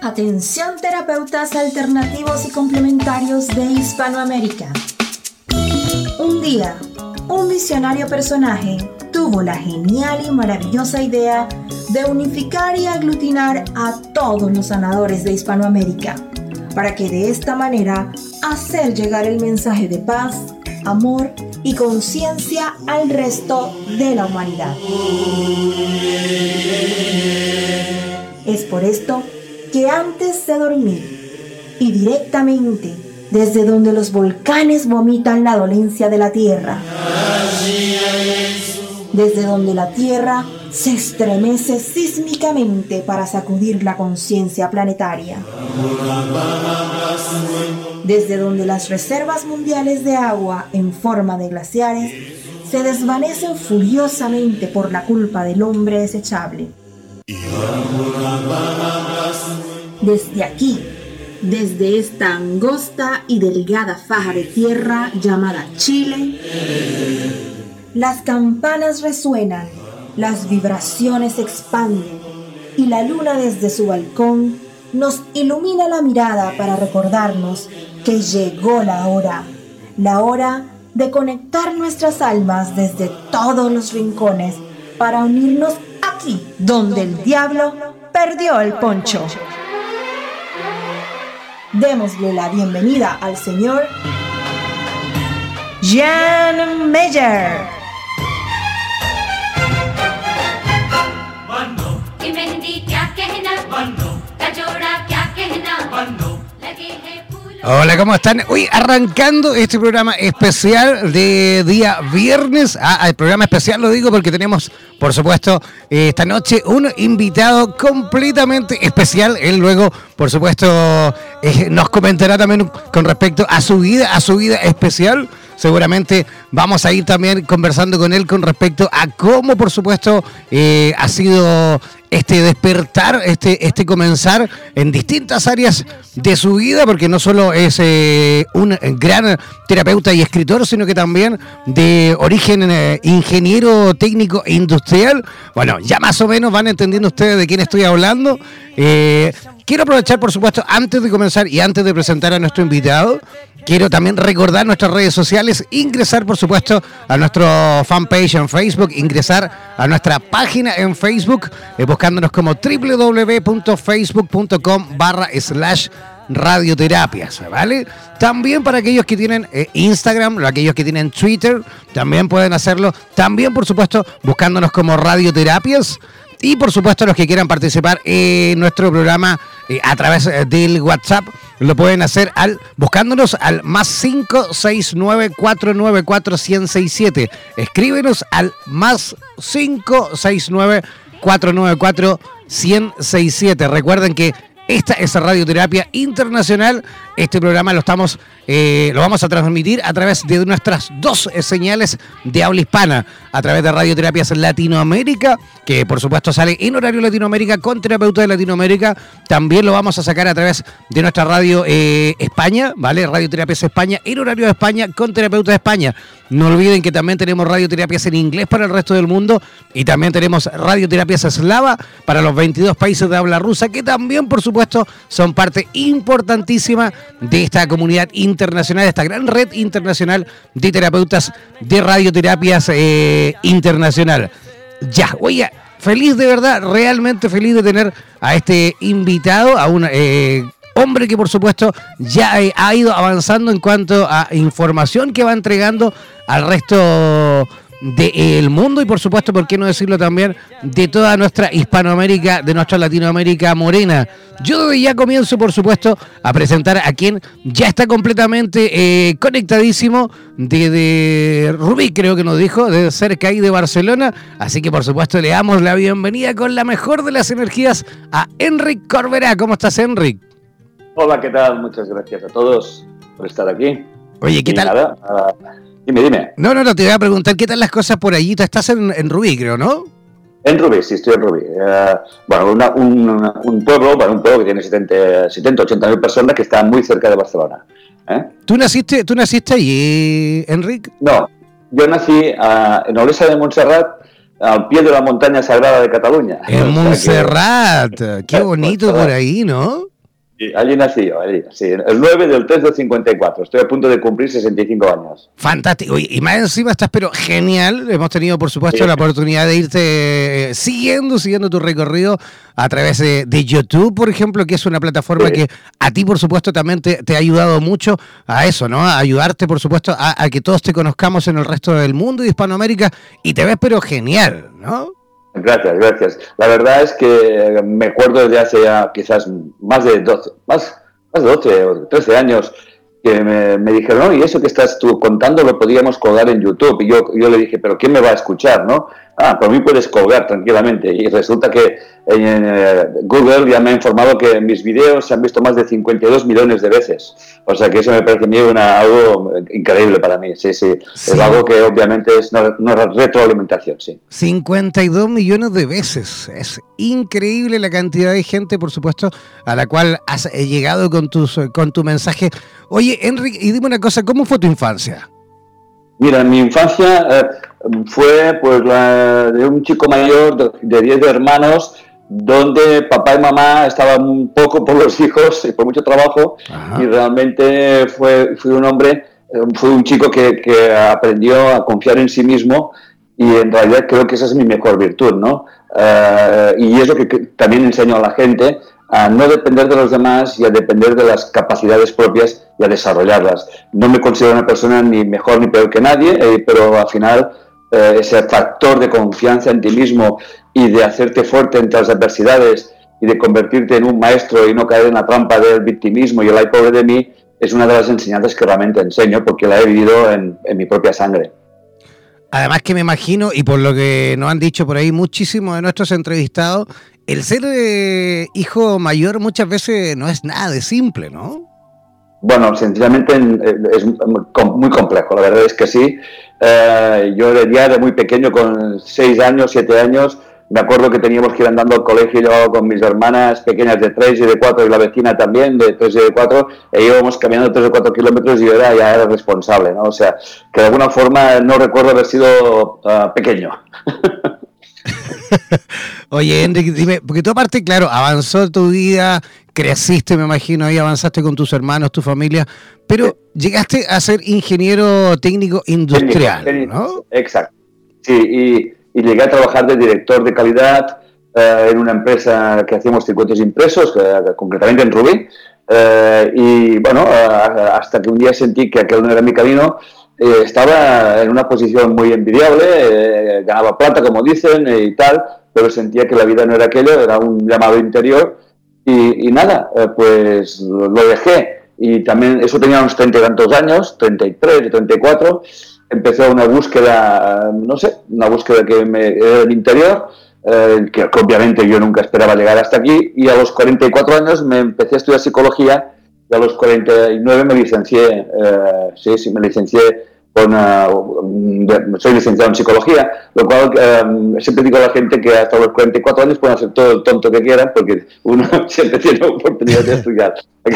Atención terapeutas alternativos y complementarios de Hispanoamérica. Un día, un visionario personaje tuvo la genial y maravillosa idea de unificar y aglutinar a todos los sanadores de Hispanoamérica, para que de esta manera hacer llegar el mensaje de paz, amor y conciencia al resto de la humanidad. Es por esto que antes de dormir y directamente desde donde los volcanes vomitan la dolencia de la tierra, desde donde la tierra se estremece sísmicamente para sacudir la conciencia planetaria, desde donde las reservas mundiales de agua en forma de glaciares se desvanecen furiosamente por la culpa del hombre desechable. Desde aquí, desde esta angosta y delgada faja de tierra llamada Chile, las campanas resuenan, las vibraciones se expanden y la luna desde su balcón nos ilumina la mirada para recordarnos que llegó la hora de conectar nuestras almas desde todos los rincones para unirnos aquí donde el diablo perdió el poncho. Démosle la bienvenida al señor Jan Meyer. Hola, ¿cómo están? Hoy arrancando este programa especial de día viernes. El programa especial lo digo porque tenemos, por supuesto, esta noche un invitado completamente especial. Él luego, por supuesto, nos comentará también con respecto a su vida especial. Seguramente vamos a ir también conversando con él con respecto a cómo, por supuesto, ha sido este despertar, este comenzar en distintas áreas de su vida, porque no solo es un gran terapeuta y escritor, sino que también de origen ingeniero técnico e industrial. Bueno, ya más o menos van entendiendo ustedes de quién estoy hablando. Quiero aprovechar, por supuesto, antes de comenzar y antes de presentar a nuestro invitado, quiero también recordar nuestras redes sociales, ingresar, por supuesto, a nuestro fanpage en Facebook, ingresar a nuestra página en Facebook, buscándonos como www.facebook.com/radioterapias, ¿vale? También para aquellos que tienen Instagram, aquellos que tienen Twitter, también pueden hacerlo. También, por supuesto, buscándonos como Radioterapias. Y por supuesto los que quieran participar en nuestro programa a través del WhatsApp lo pueden hacer buscándonos al +569 494 1067. Escríbenos al +569 494 1067. Recuerden que esta es Radioterapia Internacional. Este programa lo vamos a transmitir a través de nuestras dos señales de habla hispana, a través de Radioterapias Latinoamérica, que por supuesto sale en horario Latinoamérica con terapeuta de Latinoamérica. También lo vamos a sacar a través de nuestra radio España, ¿vale? Radioterapias España, en horario de España con terapeuta de España. No olviden que también tenemos radioterapias en inglés para el resto del mundo y también tenemos radioterapias eslava para los 22 países de habla rusa, que también, por supuesto, son parte importantísima de esta comunidad internacional, esta gran red internacional de terapeutas de radioterapias internacional. Ya, oye, feliz de verdad, realmente feliz de tener a este invitado, a un hombre que por supuesto ya ha ido avanzando en cuanto a información que va entregando al resto del mundo y por supuesto, por qué no decirlo también, de toda nuestra Hispanoamérica, de nuestra Latinoamérica morena. Yo desde ya comienzo, por supuesto, a presentar a quien ya está completamente conectadísimo de Rubí, creo que nos dijo, de cerca ahí de Barcelona. Así que, por supuesto, le damos la bienvenida con la mejor de las energías a Enric Corberà. ¿Cómo estás, Enric? Hola, ¿qué tal? Muchas gracias a todos por estar aquí. Oye, ¿qué tal? Nada, dime. No, te voy a preguntar, ¿qué tal las cosas por allí? Tú estás en Rubí, creo, ¿no? En Rubí, sí, estoy en Rubí. Un pueblo que tiene 80 mil personas que está muy cerca de Barcelona. ¿Tú naciste allí, Enric? No, yo nací en Olesa de Montserrat, al pie de la montaña sagrada de Cataluña. En Montserrat, qué bonito por ahí, ¿no? Sí, allí nací yo, sí, el 9 del 3 del 54. Estoy a punto de cumplir 65 años. Fantástico. Y más encima estás, pero genial. Hemos tenido, por supuesto, Sí. la oportunidad de irte siguiendo tu recorrido a través de YouTube, por ejemplo, que es una plataforma Sí. que a ti, por supuesto, también te ha ayudado mucho a eso, ¿no? A ayudarte, por supuesto, a que todos te conozcamos en el resto del mundo y Hispanoamérica. Y te ves, pero genial, ¿no? Gracias, gracias. La verdad es que me acuerdo desde hace ya quizás más de 12 o 13 años que me dijeron, no, y eso que estás tú contando lo podíamos colgar en YouTube. Y yo le dije, pero ¿quién me va a escuchar, no? Por mí puedes colgar tranquilamente. Y resulta que Google ya me ha informado que mis vídeos se han visto más de 52 millones de veces. O sea que eso me parece a mí algo increíble para mí. Sí. Es algo que obviamente es una retroalimentación, sí. 52 millones de veces. Es increíble la cantidad de gente, por supuesto, a la cual has llegado con tu mensaje. Oye, Enrique, y dime una cosa, ¿cómo fue tu infancia? Mira, mi infancia fue pues la de un chico mayor de 10 hermanos, donde papá y mamá estaban un poco por los hijos y por mucho trabajo. Ajá. Y realmente fui un hombre, fui un chico que aprendió a confiar en sí mismo, y en realidad creo que esa es mi mejor virtud, ¿no? Y es lo que también enseño a la gente, a no depender de los demás y a depender de las capacidades propias y a desarrollarlas. No me considero una persona ni mejor ni peor que nadie, pero al final ese factor de confianza en ti mismo y de hacerte fuerte entre las adversidades y de convertirte en un maestro y no caer en la trampa del victimismo y el ay pobre de mí, es una de las enseñanzas que realmente enseño porque la he vivido en mi propia sangre. Además que me imagino, y por lo que nos han dicho por ahí muchísimos de nuestros entrevistados, el ser hijo mayor muchas veces no es nada de simple, ¿no? Bueno, sencillamente es muy complejo, la verdad es que sí. Yo ya de muy pequeño, con 6 años, 7 años, me acuerdo que teníamos que ir andando al colegio, yo con mis hermanas pequeñas de 3 y de 4 y la vecina también de 3 y de 4, e íbamos caminando 3 o 4 kilómetros y yo ya era responsable, ¿no? O sea, que de alguna forma no recuerdo haber sido pequeño. Oye, Enrique, dime, porque tú aparte, claro, avanzó tu vida, creciste, me imagino, ahí avanzaste con tus hermanos, tu familia, pero llegaste a ser ingeniero técnico industrial, ¿no? Exacto. Sí, y llegué a trabajar de director de calidad en una empresa que hacíamos circuitos impresos, concretamente en Rubí, y bueno, hasta que un día sentí que aquel no era mi camino. Estaba en una posición muy envidiable, ganaba plata, como dicen, y tal, pero sentía que la vida no era aquello, era un llamado interior, y nada, pues lo dejé. Y también, eso tenía unos 30 y tantos años, 33, 34, empezó una búsqueda, no sé, una búsqueda que era del interior, que obviamente yo nunca esperaba llegar hasta aquí, y a los 44 años me empecé a estudiar psicología, y a los 49 me licencié, me licencié soy licenciado en psicología, lo cual siempre digo a la gente que hasta los 44 años pueden hacer todo el tonto que quieran, porque uno siempre tiene oportunidad de estudiar.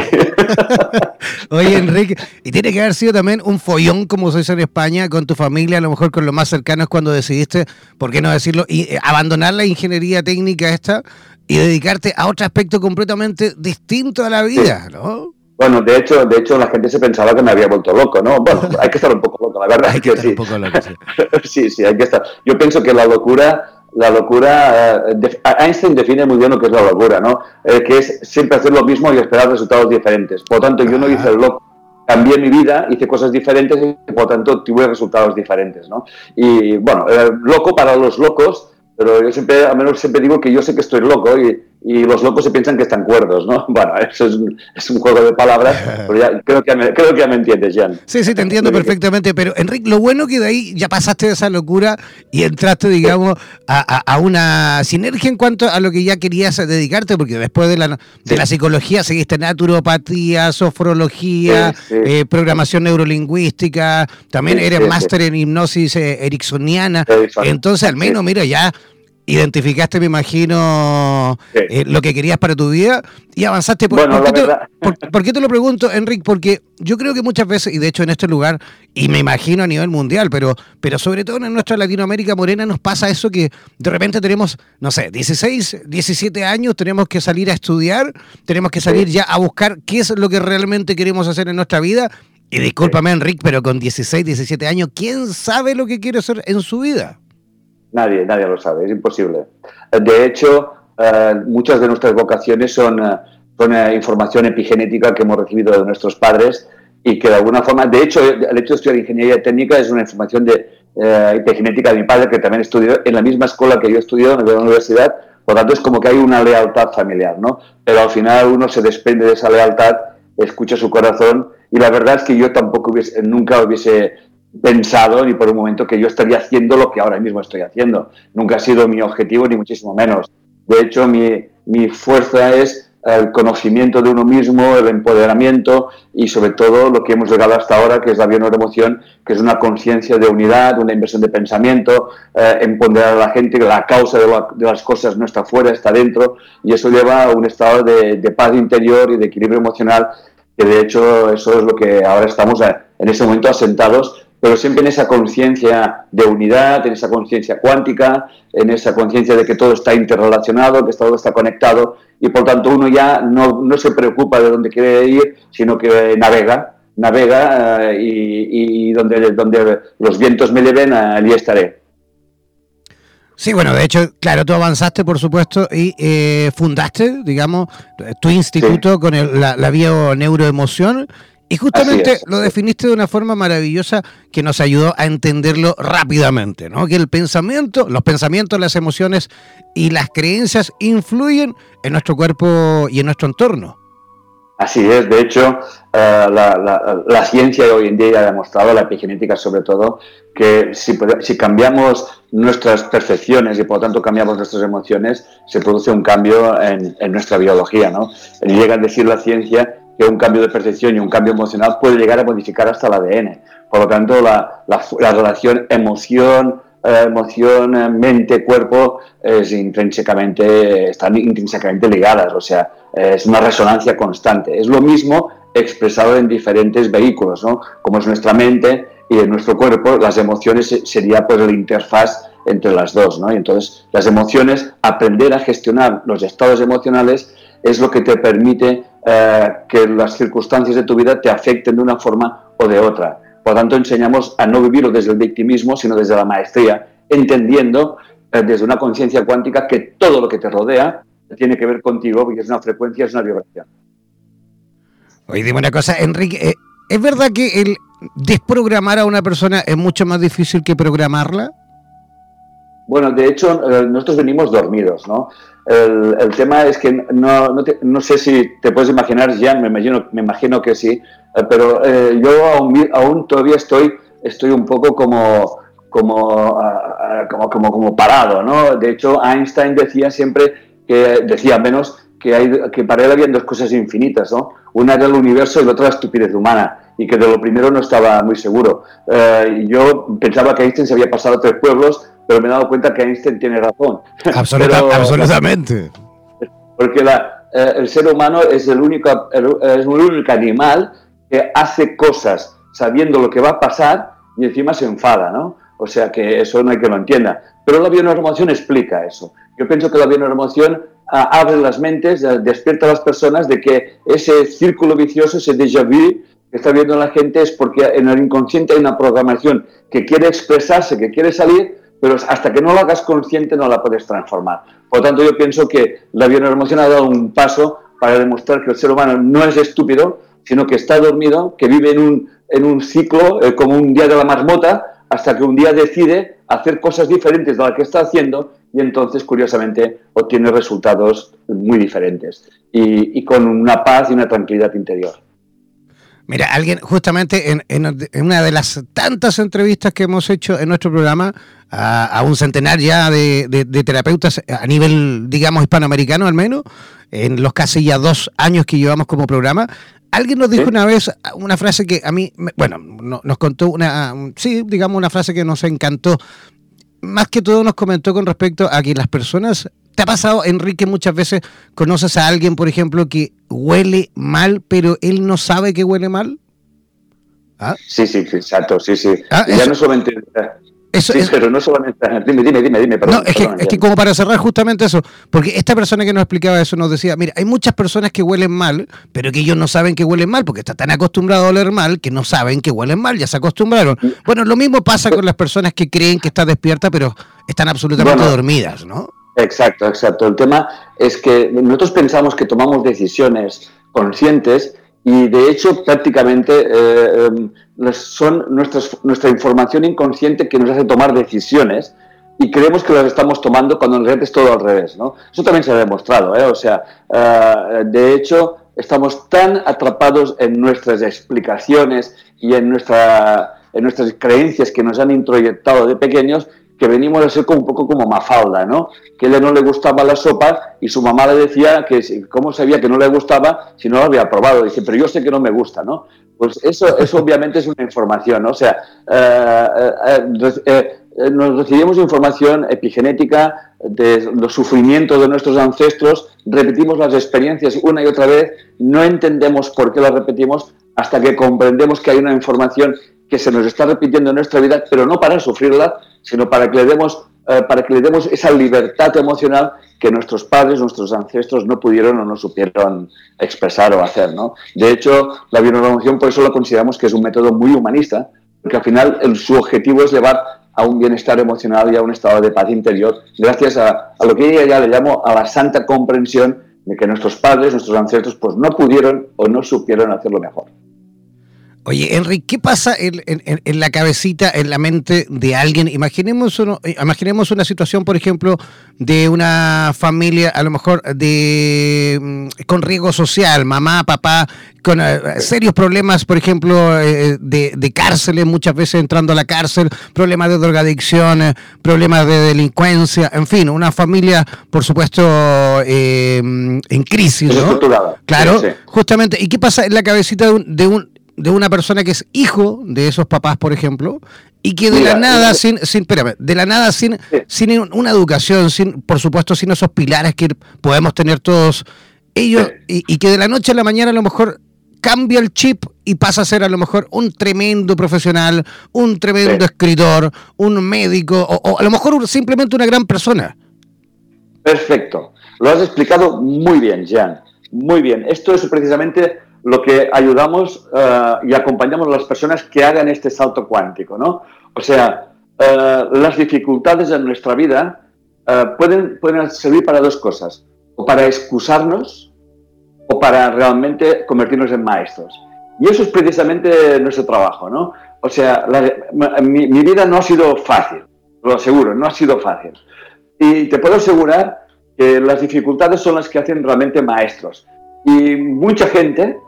Oye, Enrique, y tiene que haber sido también un follón, como se dice en España, con tu familia, a lo mejor con los más cercanos, cuando decidiste, ¿por qué no decirlo?, y abandonar la ingeniería técnica esta y dedicarte a otro aspecto completamente distinto a la vida, sí. ¿No? Bueno, de hecho la gente se pensaba que me había vuelto loco, ¿no? Bueno, hay que estar un poco loco, la verdad. Hay que estar un poco loco, sí. Sí, hay que estar. Yo pienso que la locura, Einstein define muy bien lo que es la locura, ¿no? Que es siempre hacer lo mismo y esperar resultados diferentes. Por lo tanto, yo no hice el loco. Cambié mi vida, hice cosas diferentes y por lo tanto tuve resultados diferentes, ¿no? Y bueno, loco para los locos, pero yo siempre, al menos siempre digo que yo sé que estoy loco y los locos se piensan que están cuerdos, ¿no? Bueno, eso es un juego de palabras, pero ya, creo que ya me entiendes, Jan. Sí, te entiendo perfectamente, pero Enrique, lo bueno que de ahí ya pasaste de esa locura y entraste, digamos, a una sinergia en cuanto a lo que ya querías dedicarte, porque después de la psicología seguiste naturopatía, sofrología, programación neurolingüística, también eres máster en hipnosis ericksoniana, entonces al menos, mira, ya identificaste, me imagino, lo que querías para tu vida y avanzaste. ¿Por qué te lo pregunto, Enric? Porque yo creo que muchas veces, y de hecho en este lugar, y me imagino a nivel mundial, pero sobre todo en nuestra Latinoamérica morena nos pasa eso que de repente tenemos, no sé, 16, 17 años, tenemos que salir a estudiar, tenemos que salir ya a buscar qué es lo que realmente queremos hacer en nuestra vida. Y discúlpame, Enric, pero con 16, 17 años, ¿quién sabe lo que quiere hacer en su vida? Nadie lo sabe, es imposible. De hecho, muchas de nuestras vocaciones son información epigenética que hemos recibido de nuestros padres y que de alguna forma, de hecho, el hecho de estudiar ingeniería técnica es una información de epigenética de mi padre, que también estudió en la misma escuela que yo estudié, en la universidad. Por lo tanto, es como que hay una lealtad familiar, ¿no? Pero al final uno se desprende de esa lealtad, escucha su corazón, y la verdad es que yo tampoco nunca hubiese pensado ni por un momento que yo estaría haciendo lo que ahora mismo estoy haciendo. Nunca ha sido mi objetivo, ni muchísimo menos. De hecho, mi fuerza es el conocimiento de uno mismo, el empoderamiento y sobre todo lo que hemos llegado hasta ahora, que es la bioneuroemoción, que es una conciencia de unidad, una inversión de pensamiento, empoderar a la gente, que la causa de las cosas no está fuera, está dentro, y eso lleva a un estado de paz interior y de equilibrio emocional, que de hecho eso es lo que ahora estamos en ese momento asentados, pero siempre en esa conciencia de unidad, en esa conciencia cuántica, en esa conciencia de que todo está interrelacionado, que todo está conectado, y por tanto uno ya no se preocupa de dónde quiere ir, sino que navega y donde los vientos me lleven, allí estaré. Sí, bueno, de hecho, claro, tú avanzaste, por supuesto, y fundaste, digamos, tu instituto con la bioneuroemoción, y justamente lo definiste de una forma maravillosa que nos ayudó a entenderlo rápidamente, ¿no? Que los pensamientos, las emociones y las creencias influyen en nuestro cuerpo y en nuestro entorno. Así es, de hecho, la ciencia de hoy en día ya ha demostrado, la epigenética sobre todo, que si cambiamos nuestras percepciones y por lo tanto cambiamos nuestras emociones, se produce un cambio en nuestra biología, ¿no? Llega a decir la ciencia que un cambio de percepción y un cambio emocional puede llegar a modificar hasta el ADN. Por lo tanto, la relación emoción, mente, cuerpo están intrínsecamente ligadas, o sea, es una resonancia constante. Es lo mismo expresado en diferentes vehículos, ¿no? Como es nuestra mente y en nuestro cuerpo, las emociones sería pues la interfaz entre las dos, ¿no? Y entonces las emociones, aprender a gestionar los estados emocionales es lo que te permite que las circunstancias de tu vida te afecten de una forma o de otra. Por lo tanto, enseñamos a no vivirlo desde el victimismo, sino desde la maestría, entendiendo desde una conciencia cuántica que todo lo que te rodea tiene que ver contigo, porque es una frecuencia, es una vibración. Oye, dime una cosa, Enrique, ¿es verdad que el desprogramar a una persona es mucho más difícil que programarla? Bueno, de hecho, nosotros venimos dormidos, ¿no? El tema es que no sé si te puedes imaginar, Jan, me imagino que sí, pero yo aún todavía estoy un poco como parado, ¿no? De hecho, Einstein decía que para él habían dos cosas infinitas, ¿no? Una era el universo y la otra la estupidez humana, y que de lo primero no estaba muy seguro. Yo pensaba que Einstein se había pasado 3 pueblos, pero me he dado cuenta que Einstein tiene razón. Absolutamente. Porque el ser humano es el único animal que hace cosas sabiendo lo que va a pasar y encima se enfada, ¿no? O sea que eso no hay que lo entienda. Pero la bioneuroemoción explica eso. Yo pienso que la bioneuroemoción abre las mentes, despierta a las personas de que ese círculo vicioso, ese déjà vu que está viendo la gente, es porque en el inconsciente hay una programación que quiere expresarse, que quiere salir, pero hasta que no la hagas consciente no la puedes transformar. Por lo tanto, yo pienso que la bioneuroemoción ha dado un paso para demostrar que el ser humano no es estúpido, sino que está dormido, que vive en un ciclo como un día de la marmota, hasta que un día decide hacer cosas diferentes de las que está haciendo y entonces, curiosamente, obtiene resultados muy diferentes y con una paz y una tranquilidad interior. Mira, alguien justamente en una de las tantas entrevistas que hemos hecho en nuestro programa a un centenar ya de terapeutas a nivel, digamos, hispanoamericano al menos, en los casi ya 2 años que llevamos como programa, alguien nos dijo una vez una frase que a mí, nos contó una frase que nos encantó. más que todo nos comentó con respecto a que las personas... ¿Te ha pasado, Enrique, muchas veces conoces a alguien, por ejemplo, que huele mal, pero él no sabe que huele mal? ¿Ah? Sí, exacto, sí. Ah, ya no solamente... pero no solamente... Dime, perdón. No, es que como para cerrar justamente eso, porque esta persona que nos explicaba eso nos decía, mira, hay muchas personas que huelen mal, pero que ellos no saben que huelen mal, porque están tan acostumbrados a oler mal que no saben que huelen mal, ya se acostumbraron. Bueno, lo mismo pasa con las personas que creen que están despiertas, pero están absolutamente dormidas, ¿no? Exacto. El tema es que nosotros pensamos que tomamos decisiones conscientes y de hecho prácticamente son nuestra información inconsciente que nos hace tomar decisiones y creemos que las estamos tomando cuando en realidad es todo al revés, ¿no? Eso también se ha demostrado, ¿eh? O sea, de hecho estamos tan atrapados en nuestras explicaciones y en nuestras creencias que nos han introyectado de pequeños que venimos a ser un poco como Mafalda, ¿no? Que a ella no le gustaba la sopa y su mamá le decía que cómo sabía que no le gustaba si no lo había probado. Dice, pero yo sé que no me gusta, ¿no? Pues eso obviamente es una información, ¿no? O sea, nos recibimos información epigenética de los sufrimientos de nuestros ancestros, repetimos las experiencias una y otra vez, no entendemos por qué las repetimos hasta que comprendemos que hay una información que se nos está repitiendo en nuestra vida, pero no para sufrirla, sino para que le demos esa libertad emocional que nuestros padres, nuestros ancestros no pudieron o no supieron expresar o hacer, ¿no? De hecho, la bioneuroemoción por eso la consideramos que es un método muy humanista, porque al final su objetivo es llevar a un bienestar emocional y a un estado de paz interior, gracias a lo que ella ya le llamo a la santa comprensión de que nuestros padres, nuestros ancestros, pues no pudieron o no supieron hacerlo mejor. Oye, Enrique, ¿qué pasa en la cabecita, en la mente de alguien? Imaginemos una situación, por ejemplo, de una familia, a lo mejor con riesgo social, mamá, papá, con serios problemas, por ejemplo, de cárceles, muchas veces entrando a la cárcel, problemas de drogadicción, problemas de delincuencia, en fin, una familia, por supuesto, en crisis, ¿no? Claro, sí. Justamente. ¿Y qué pasa en la cabecita de una persona que es hijo de esos papás, por ejemplo, y que de la nada, sin una educación, por supuesto, sin esos pilares que podemos tener todos ellos, y que de la noche a la mañana a lo mejor cambia el chip y pasa a ser a lo mejor un tremendo profesional, un tremendo escritor, un médico, o a lo mejor simplemente una gran persona? Perfecto. Lo has explicado muy bien, Jan. Muy bien. Esto es precisamente lo que ayudamos y acompañamos a las personas que hagan este salto cuántico, ¿no? O sea, las dificultades en nuestra vida pueden servir para dos cosas, o para excusarnos o para realmente convertirnos en maestros. Y eso es precisamente nuestro trabajo, ¿no? O sea, mi vida no ha sido fácil, lo aseguro, no ha sido fácil. Y te puedo asegurar que las dificultades son las que hacen realmente maestros. Y mucha gente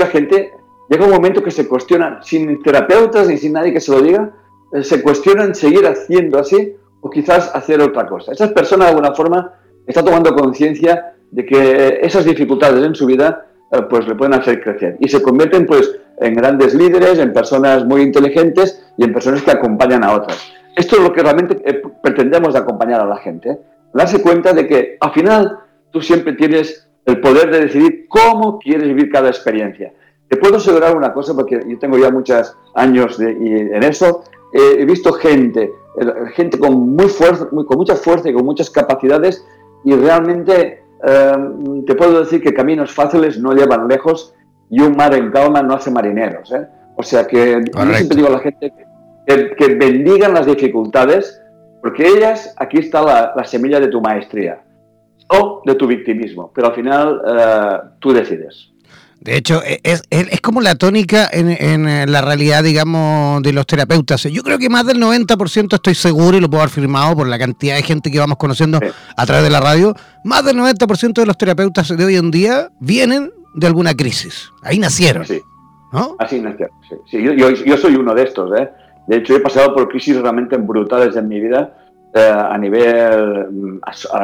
llega un momento que se cuestiona, sin terapeutas ni sin nadie que se lo diga, se cuestionan seguir haciendo así o quizás hacer otra cosa. Esas personas de alguna forma están tomando conciencia de que esas dificultades en su vida pues le pueden hacer crecer y se convierten pues en grandes líderes, en personas muy inteligentes y en personas que acompañan a otras. Esto es lo que realmente pretendemos de acompañar a la gente, darse cuenta de que al final tú siempre tienes el poder de decidir cómo quieres vivir cada experiencia. Te puedo asegurar una cosa, porque yo tengo ya muchos años en eso, he visto gente con mucha fuerza y con muchas capacidades, y realmente te puedo decir que caminos fáciles no llevan lejos y un mar en calma no hace marineros, ¿eh? O sea que yo siempre digo a la gente que bendigan las dificultades, porque ellas, aquí está la semilla de tu maestría o de tu victimismo, pero al final tú decides. De hecho, es como la tónica en la realidad, digamos, de los terapeutas. Yo creo que más del 90%, estoy seguro, y lo puedo haber firmado por la cantidad de gente que vamos conociendo a través de la radio, más del 90% de los terapeutas de hoy en día vienen de alguna crisis. Ahí nacieron. Sí. ¿No? Así nacieron, sí. Sí, yo soy uno de estos, ¿eh? De hecho, he pasado por crisis realmente brutales en mi vida, a nivel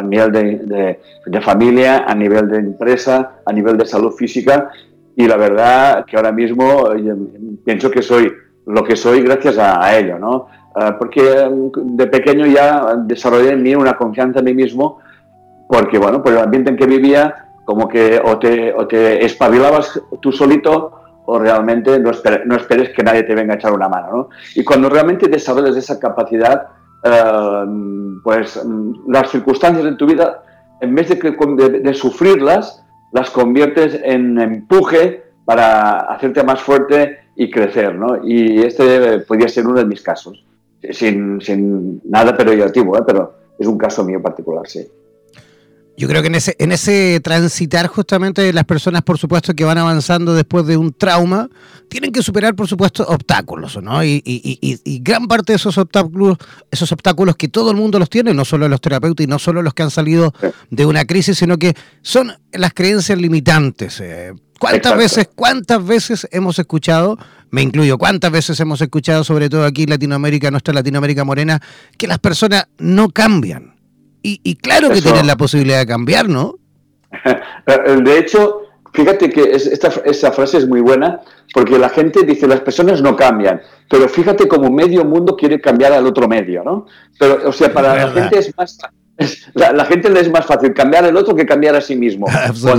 de familia, a nivel de empresa, a nivel de salud física, y la verdad que ahora mismo pienso que soy lo que soy gracias a ello, ¿no? porque de pequeño ya desarrollé en mí una confianza en mí mismo, porque bueno, por el ambiente en que vivía, como que o te espabilabas tú solito o realmente no esperes que nadie te venga a echar una mano, ¿no? Y cuando realmente desarrollas esa capacidad, pues las circunstancias en tu vida, en vez de sufrirlas, las conviertes en empuje para hacerte más fuerte y crecer, ¿no? Y este podría ser uno de mis casos, sin nada peyorativo, pero es un caso mío particular, sí. Yo creo que en ese transitar justamente las personas, por supuesto, que van avanzando después de un trauma, tienen que superar, por supuesto, obstáculos, ¿no? Y gran parte de esos obstáculos que todo el mundo los tiene, no solo los terapeutas y no solo los que han salido de una crisis, sino que son las creencias limitantes. ¿Cuántas veces hemos escuchado, me incluyo, cuántas veces hemos escuchado, sobre todo aquí en Latinoamérica, nuestra Latinoamérica morena, que las personas no cambian? Y claro que tienen la posibilidad de cambiar, ¿no? De hecho, fíjate que esa frase es muy buena, porque la gente dice, las personas no cambian, pero fíjate cómo medio mundo quiere cambiar al otro medio, ¿no? Pero, o sea, para la gente es más... La gente le es más fácil cambiar al otro que cambiar a sí mismo.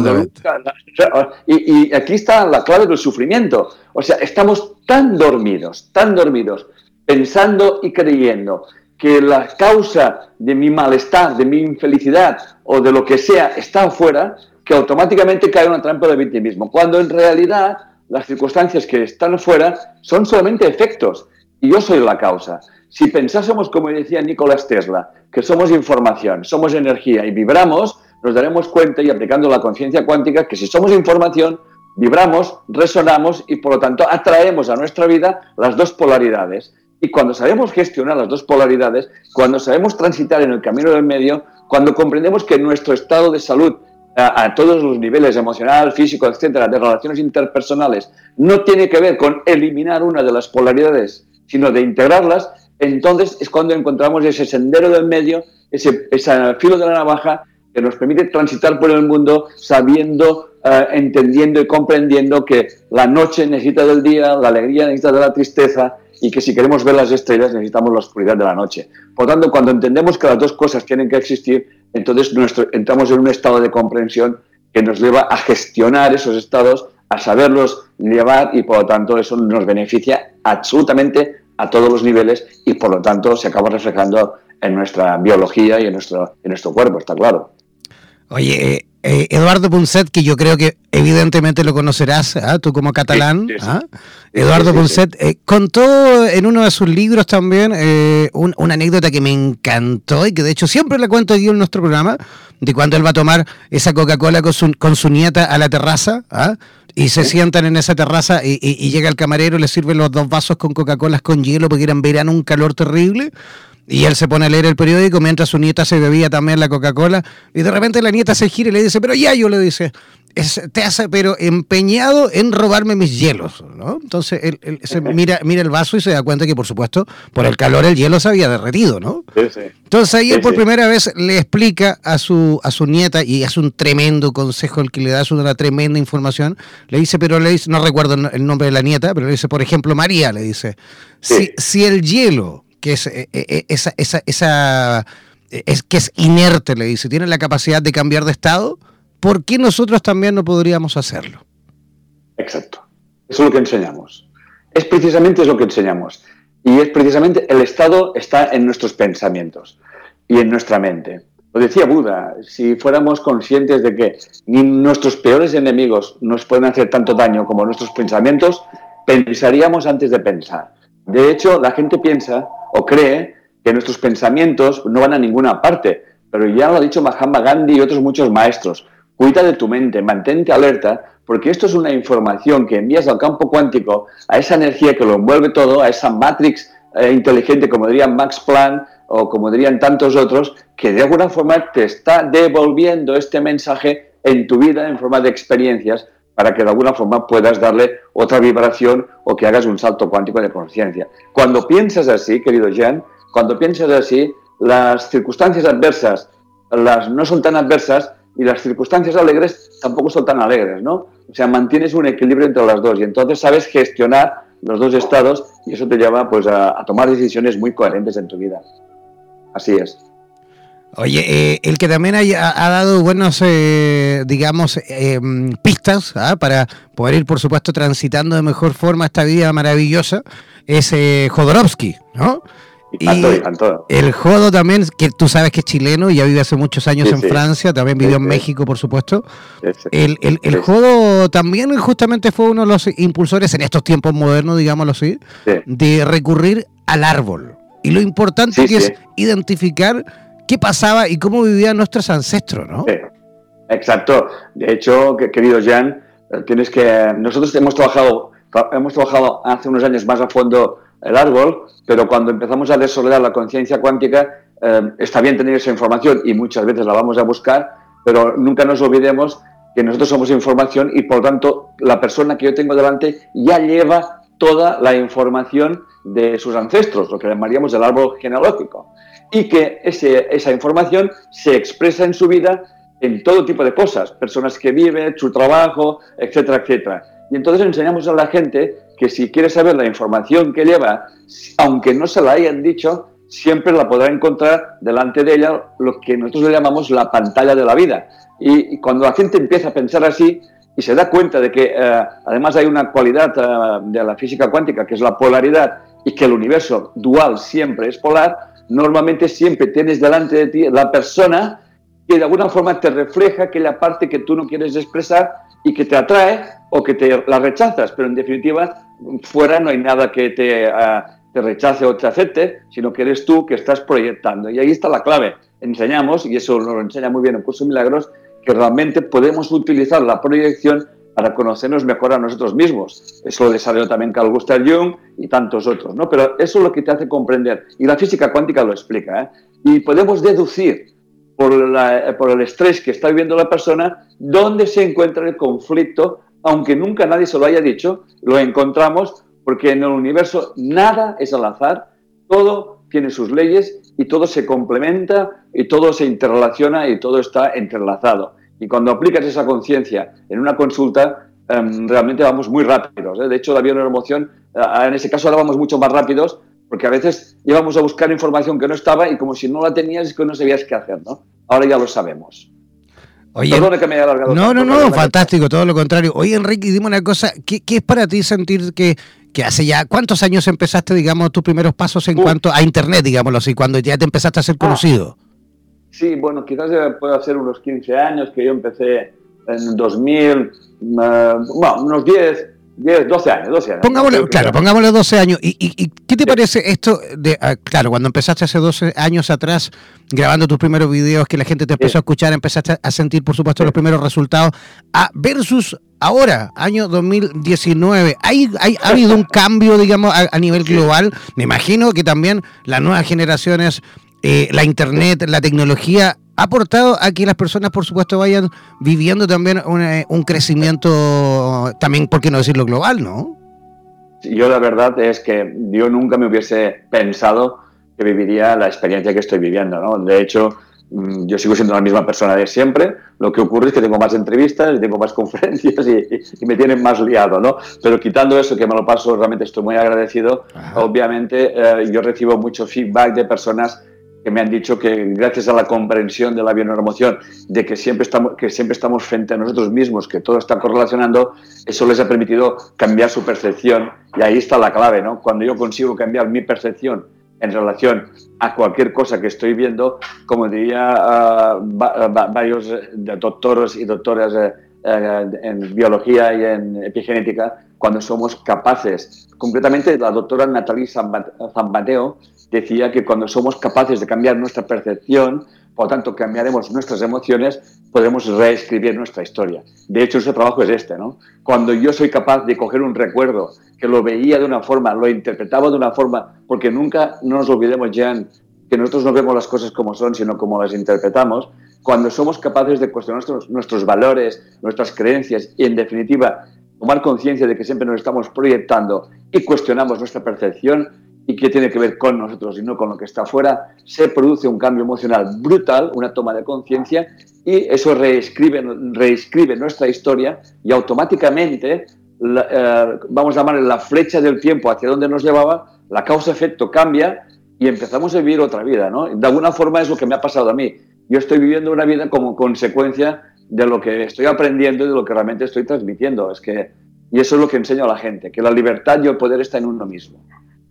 Y aquí está la clave del sufrimiento. O sea, estamos tan dormidos, pensando y creyendo que la causa de mi malestar, de mi infelicidad o de lo que sea está afuera, que automáticamente cae en una trampa de victimismo, cuando en realidad las circunstancias que están afuera son solamente efectos y yo soy la causa. Si pensásemos, como decía Nikola Tesla, que somos información, somos energía y vibramos, nos daremos cuenta, y aplicando la conciencia cuántica, que si somos información, vibramos, resonamos y por lo tanto atraemos a nuestra vida las dos polaridades. Y cuando sabemos gestionar las dos polaridades, cuando sabemos transitar en el camino del medio, cuando comprendemos que nuestro estado de salud a todos los niveles, emocional, físico, etcétera, de relaciones interpersonales, no tiene que ver con eliminar una de las polaridades, sino de integrarlas, entonces es cuando encontramos ese sendero del medio, ese filo de la navaja que nos permite transitar por el mundo sabiendo, entendiendo y comprendiendo que la noche necesita del día, la alegría necesita de la tristeza, y que si queremos ver las estrellas necesitamos la oscuridad de la noche. Por lo tanto, cuando entendemos que las dos cosas tienen que existir, entonces entramos en un estado de comprensión que nos lleva a gestionar esos estados, a saberlos llevar y por lo tanto eso nos beneficia absolutamente a todos los niveles y por lo tanto se acaba reflejando en nuestra biología y en nuestro cuerpo, está claro. Oye, Eduardo Punset, que yo creo que evidentemente lo conocerás, tú como catalán, sí. Eduardo Punset, contó en uno de sus libros también una anécdota que me encantó y que de hecho siempre la cuento aquí en nuestro programa, de cuando él va a tomar esa Coca-Cola con su nieta a la terraza, y se sientan en esa terraza y llega el camarero y le sirve los 2 vasos con Coca-Cola con hielo porque era en verano un calor terrible. Y él se pone a leer el periódico mientras su nieta se bebía también la Coca-Cola. Y de repente la nieta se gira y le dice, pero Yayo, le dice, te hace pero empeñado en robarme mis hielos, ¿no? Entonces él se mira el vaso y se da cuenta que, por supuesto, por el calor el hielo se había derretido, ¿no? Sí. Entonces ahí él por primera vez le explica a su nieta, y es un tremendo consejo el que le da, es una tremenda información. Le dice, no recuerdo el nombre de la nieta, pero le dice, por ejemplo, María, le dice, si el hielo, que que es inerte, le dice, tiene la capacidad de cambiar de estado, ¿por qué nosotros también no podríamos hacerlo? Exacto. Eso es lo que enseñamos. Es precisamente lo que enseñamos. Y es precisamente el estado está en nuestros pensamientos y en nuestra mente. Lo decía Buda, si fuéramos conscientes de que ni nuestros peores enemigos nos pueden hacer tanto daño como nuestros pensamientos, pensaríamos antes de pensar. De hecho, la gente piensa o cree que nuestros pensamientos no van a ninguna parte, pero ya lo ha dicho Mahatma Gandhi y otros muchos maestros. Cuida de tu mente, mantente alerta, porque esto es una información que envías al campo cuántico, a esa energía que lo envuelve todo, a esa matrix inteligente, como dirían Max Planck o como dirían tantos otros, que de alguna forma te está devolviendo este mensaje en tu vida en forma de experiencias, para que de alguna forma puedas darle otra vibración o que hagas un salto cuántico de conciencia. Cuando piensas así, querido Jean, cuando piensas así, las circunstancias adversas no son tan adversas y las circunstancias alegres tampoco son tan alegres, ¿no? O sea, mantienes un equilibrio entre las dos y entonces sabes gestionar los dos estados, y eso te lleva pues a tomar decisiones muy coherentes en tu vida. Así es. Oye, el que también ha dado buenos, digamos, pistas para poder ir, por supuesto, transitando de mejor forma esta vida maravillosa es Jodorowsky, ¿no? Y el Jodo también, que tú sabes que es chileno y ya vive hace muchos años en Francia, también vivió en México, por supuesto. El Jodo también justamente fue uno de los impulsores en estos tiempos modernos, digámoslo así, de recurrir al árbol. Y lo importante que es identificar qué pasaba y cómo vivían nuestros ancestros, ¿no? Sí. Exacto. De hecho, querido Jan, nosotros hemos trabajado hace unos años más a fondo el árbol, pero cuando empezamos a desarrollar la conciencia cuántica, está bien tener esa información y muchas veces la vamos a buscar, pero nunca nos olvidemos que nosotros somos información y por tanto la persona que yo tengo delante ya lleva toda la información de sus ancestros, lo que llamaríamos el árbol genealógico, y que esa información se expresa en su vida en todo tipo de cosas, personas que viven, su trabajo, etcétera, etcétera. Y entonces enseñamos a la gente que si quiere saber la información que lleva, aunque no se la hayan dicho, siempre la podrá encontrar delante de ella, lo que nosotros le llamamos la pantalla de la vida. Y cuando la gente empieza a pensar así y se da cuenta de que además hay una cualidad de la física cuántica, que es la polaridad, y que el universo dual siempre es polar, normalmente siempre tienes delante de ti la persona que de alguna forma te refleja aquella parte que tú no quieres expresar y que te atrae o que te la rechazas, pero en definitiva fuera no hay nada que te rechace o te acepte, sino que eres tú que estás proyectando. Y ahí está la clave. Enseñamos, y eso nos lo enseña muy bien el curso de Milagros, que realmente podemos utilizar la proyección para conocernos mejor a nosotros mismos. Eso lo desarrolló también Carl Gustav Jung y tantos otros, ¿no? Pero eso es lo que te hace comprender. Y la física cuántica lo explica, ¿eh? Y podemos deducir por el estrés que está viviendo la persona dónde se encuentra el conflicto, aunque nunca nadie se lo haya dicho, lo encontramos porque en el universo nada es al azar, todo tiene sus leyes y todo se complementa y todo se interrelaciona y todo está entrelazado. Y cuando aplicas esa conciencia en una consulta, realmente vamos muy rápidos, ¿eh? De hecho, la bioneuroemoción, en ese caso ahora vamos mucho más rápidos, porque a veces íbamos a buscar información que no estaba y como si no la tenías es que no sabías qué hacer, ¿no? Ahora ya lo sabemos. Oye, perdona que me haya alargado. No, fantástico, todo lo contrario. Oye, Enrique, dime una cosa, ¿qué es para ti sentir que hace ya, ¿cuántos años empezaste, digamos, tus primeros pasos en cuanto a Internet, digámoslo así, cuando ya te empezaste a ser conocido? Sí, bueno, quizás pueda ser unos 15 años que yo empecé en 2000, unos 12 años. Pongámosle 12 años. ¿Y qué te parece esto de, claro, cuando empezaste hace 12 años atrás, grabando tus primeros videos, que la gente te empezó a escuchar, empezaste a sentir, por supuesto, los primeros resultados, versus ahora, año 2019, ¿ha habido un cambio, digamos, a nivel global? Me imagino que también las nuevas generaciones, la internet, la tecnología, ha aportado a que las personas, por supuesto, vayan viviendo también un crecimiento, también, ¿por qué no decirlo, global, no? Yo la verdad es que yo nunca me hubiese pensado que viviría la experiencia que estoy viviendo, ¿no? De hecho, yo sigo siendo la misma persona de siempre. Lo que ocurre es que tengo más entrevistas y tengo más conferencias y me tienen más liado, ¿no? Pero quitando eso, que me lo paso, realmente estoy muy agradecido. Ajá. Obviamente, yo recibo mucho feedback de personas que me han dicho que gracias a la comprensión de la bioneuroemoción, de que siempre estamos frente a nosotros mismos, que todo está correlacionando, eso les ha permitido cambiar su percepción. Y ahí está la clave, ¿no? Cuando yo consigo cambiar mi percepción en relación a cualquier cosa que estoy viendo, como diría varios doctores y doctoras en biología y en epigenética, cuando somos capaces, concretamente la doctora Nathalie Zambateo decía que cuando somos capaces de cambiar nuestra percepción, por lo tanto cambiaremos nuestras emociones, podremos reescribir nuestra historia. De hecho, ese trabajo es este, ¿no? Cuando yo soy capaz de coger un recuerdo que lo veía de una forma, lo interpretaba de una forma, porque nunca, no nos olvidemos, Jan, que nosotros no vemos las cosas como son, sino como las interpretamos. Cuando somos capaces de cuestionar nuestros valores, nuestras creencias y, en definitiva, tomar conciencia de que siempre nos estamos proyectando y cuestionamos nuestra percepción y qué tiene que ver con nosotros y no con lo que está afuera, se produce un cambio emocional brutal, una toma de conciencia, y eso reescribe nuestra historia y automáticamente vamos a llamarle la flecha del tiempo hacia donde nos llevaba, la causa-efecto cambia y empezamos a vivir otra vida, ¿no? De alguna forma es lo que me ha pasado a mí. Yo estoy viviendo una vida como consecuencia de lo que estoy aprendiendo y de lo que realmente estoy transmitiendo. Y eso es lo que enseño a la gente, que la libertad y el poder está en uno mismo.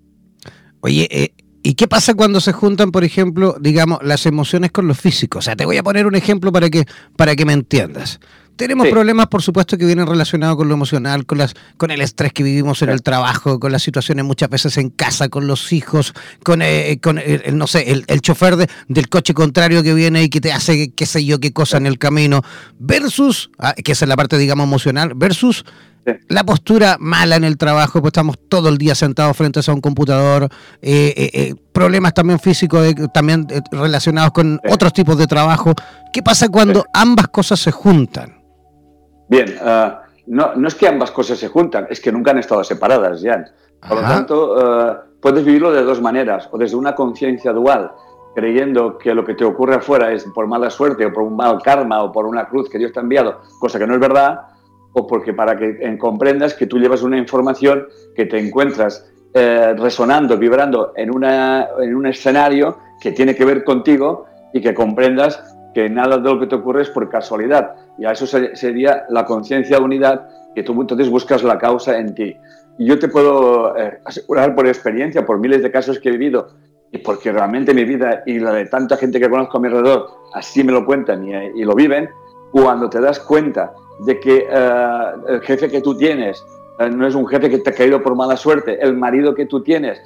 Oye, ¿y qué pasa cuando se juntan, por ejemplo, digamos, las emociones con lo físico? O sea, te voy a poner un ejemplo para que me entiendas. Tenemos problemas, por supuesto, que vienen relacionados con lo emocional, con el estrés que vivimos en el trabajo, con las situaciones muchas veces en casa, con los hijos, con no sé, el chofer del coche contrario que viene y que te hace qué sé yo qué cosa en el camino, versus, que esa es la parte, digamos, emocional, versus la postura mala en el trabajo, pues estamos todo el día sentados frente a un computador, problemas también físicos, también relacionados con otros tipos de trabajo. ¿Qué pasa cuando ambas cosas se juntan? Bien, no es que ambas cosas se juntan, es que nunca han estado separadas, Jan. Por lo tanto, puedes vivirlo de dos maneras, o desde una conciencia dual, creyendo que lo que te ocurre afuera es por mala suerte o por un mal karma o por una cruz que Dios te ha enviado, cosa que no es verdad, o porque para que comprendas que tú llevas una información que te encuentras resonando, vibrando en un escenario que tiene que ver contigo y que comprendas que nada de lo que te ocurre es por casualidad. Y a eso sería la conciencia de unidad, que tú entonces buscas la causa en ti. Y yo te puedo asegurar por experiencia, por miles de casos que he vivido, y porque realmente mi vida y la de tanta gente que conozco a mi alrededor así me lo cuentan y lo viven, cuando te das cuenta de que el jefe que tú tienes no es un jefe que te ha caído por mala suerte, el marido que tú tienes,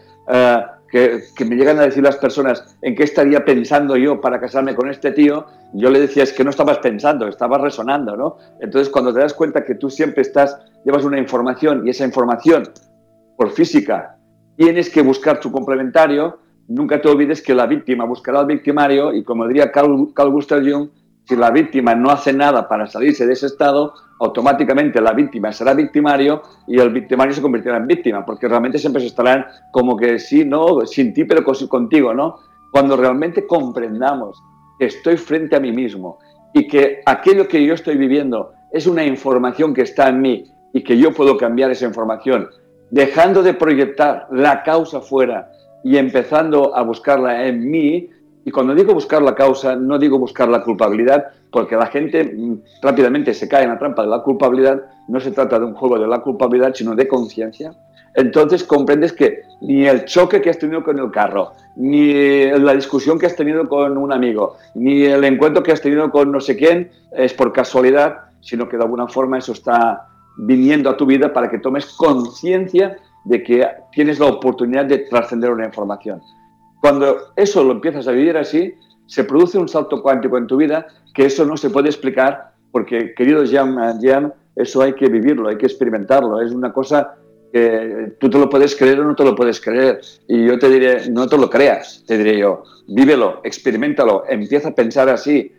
que me llegan a decir las personas en qué estaría pensando yo para casarme con este tío, yo le decía, es que no estabas pensando, estabas resonando, ¿no? Entonces, cuando te das cuenta que tú siempre llevas una información y esa información, por física, tienes que buscar tu complementario, nunca te olvides que la víctima buscará al victimario y, como diría Carl Gustav Jung, si la víctima no hace nada para salirse de ese estado, automáticamente la víctima será victimario y el victimario se convertirá en víctima, porque realmente siempre se estarán como que sí, no, sin ti, pero contigo, ¿no? Cuando realmente comprendamos que estoy frente a mí mismo y que aquello que yo estoy viviendo es una información que está en mí y que yo puedo cambiar esa información, dejando de proyectar la causa fuera y empezando a buscarla en mí. Y cuando digo buscar la causa, no digo buscar la culpabilidad, porque la gente rápidamente se cae en la trampa de la culpabilidad. No se trata de un juego de la culpabilidad, sino de conciencia. Entonces comprendes que ni el choque que has tenido con el carro, ni la discusión que has tenido con un amigo, ni el encuentro que has tenido con no sé quién es por casualidad, sino que de alguna forma eso está viniendo a tu vida para que tomes conciencia de que tienes la oportunidad de trascender una información. Cuando eso lo empiezas a vivir así, se produce un salto cuántico en tu vida, que eso no se puede explicar, porque, querido Jan, eso hay que vivirlo, hay que experimentarlo. Es una cosa que tú te lo puedes creer o no te lo puedes creer. Y yo te diré, no te lo creas, te diré yo. Vívelo, experiméntalo, empieza a pensar así.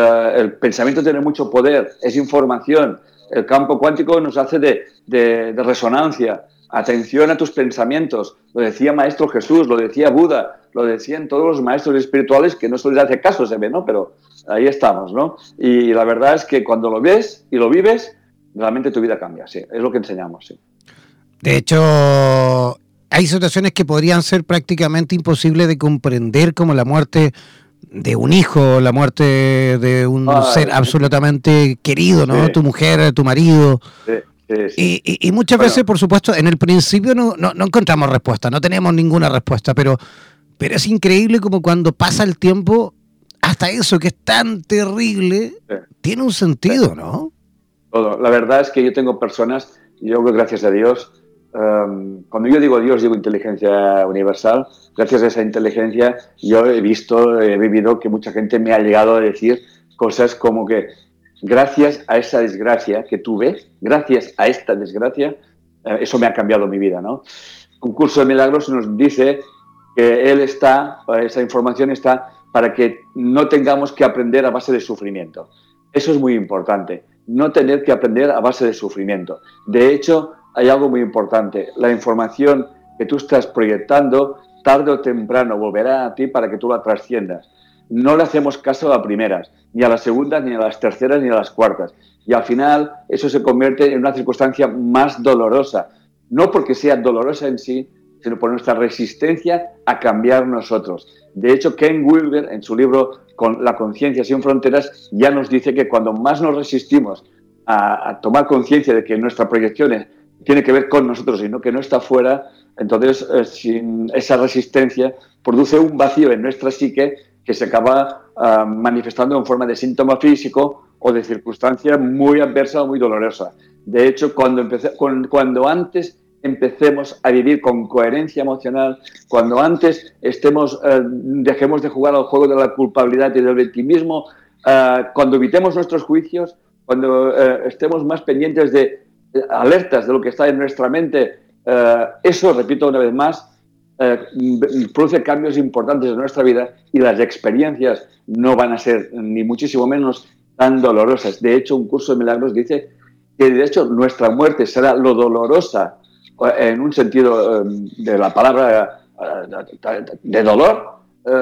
El pensamiento tiene mucho poder, es información. El campo cuántico nos hace de resonancia. Atención a tus pensamientos. Lo decía Maestro Jesús, lo decía Buda, lo decían todos los maestros espirituales, que no se les hace caso, se ve, ¿no? Pero ahí estamos, ¿no? Y la verdad es que cuando lo ves y lo vives, realmente tu vida cambia, sí. Es lo que enseñamos, sí. De hecho, hay situaciones que podrían ser prácticamente imposibles de comprender, como la muerte de un hijo, la muerte de un ser absolutamente querido, ¿no? Sí. Tu mujer, tu marido. Sí. Sí. Y muchas veces, por supuesto, en el principio no encontramos respuesta, no tenemos ninguna respuesta, pero es increíble como cuando pasa el tiempo, hasta eso que es tan terrible, tiene un sentido, ¿no? Todo. La verdad es que yo tengo personas, yo gracias a Dios, cuando yo digo Dios, digo inteligencia universal, gracias a esa inteligencia yo he vivido que mucha gente me ha llegado a decir cosas como que gracias a esa desgracia que tuve, gracias a esta desgracia, eso me ha cambiado mi vida, ¿no? Un curso de milagros nos dice que esa información está para que no tengamos que aprender a base de sufrimiento. Eso es muy importante, no tener que aprender a base de sufrimiento. De hecho, hay algo muy importante, la información que tú estás proyectando, tarde o temprano volverá a ti para que tú la trasciendas. no le hacemos caso a las primeras, ni a las segundas, ni a las terceras, ni a las cuartas. Y al final eso se convierte en una circunstancia más dolorosa. No porque sea dolorosa en sí, sino por nuestra resistencia a cambiar nosotros. De hecho, Ken Wilber, en su libro con La conciencia sin fronteras, ya nos dice que cuando más nos resistimos a tomar conciencia de que nuestra proyección tiene que ver con nosotros y no que no está fuera, entonces sin esa resistencia produce un vacío en nuestra psique que se acaba manifestando en forma de síntoma físico o de circunstancia muy adversa o muy dolorosa. De hecho, cuando antes empecemos a vivir con coherencia emocional, cuando antes dejemos de jugar al juego de la culpabilidad y del victimismo, cuando evitemos nuestros juicios, cuando estemos más pendientes de alertas de lo que está en nuestra mente, eso, repito una vez más, produce cambios importantes en nuestra vida y las experiencias no van a ser ni muchísimo menos tan dolorosas. De hecho, un curso de milagros dice que de hecho nuestra muerte será lo dolorosa en un sentido de la palabra de dolor,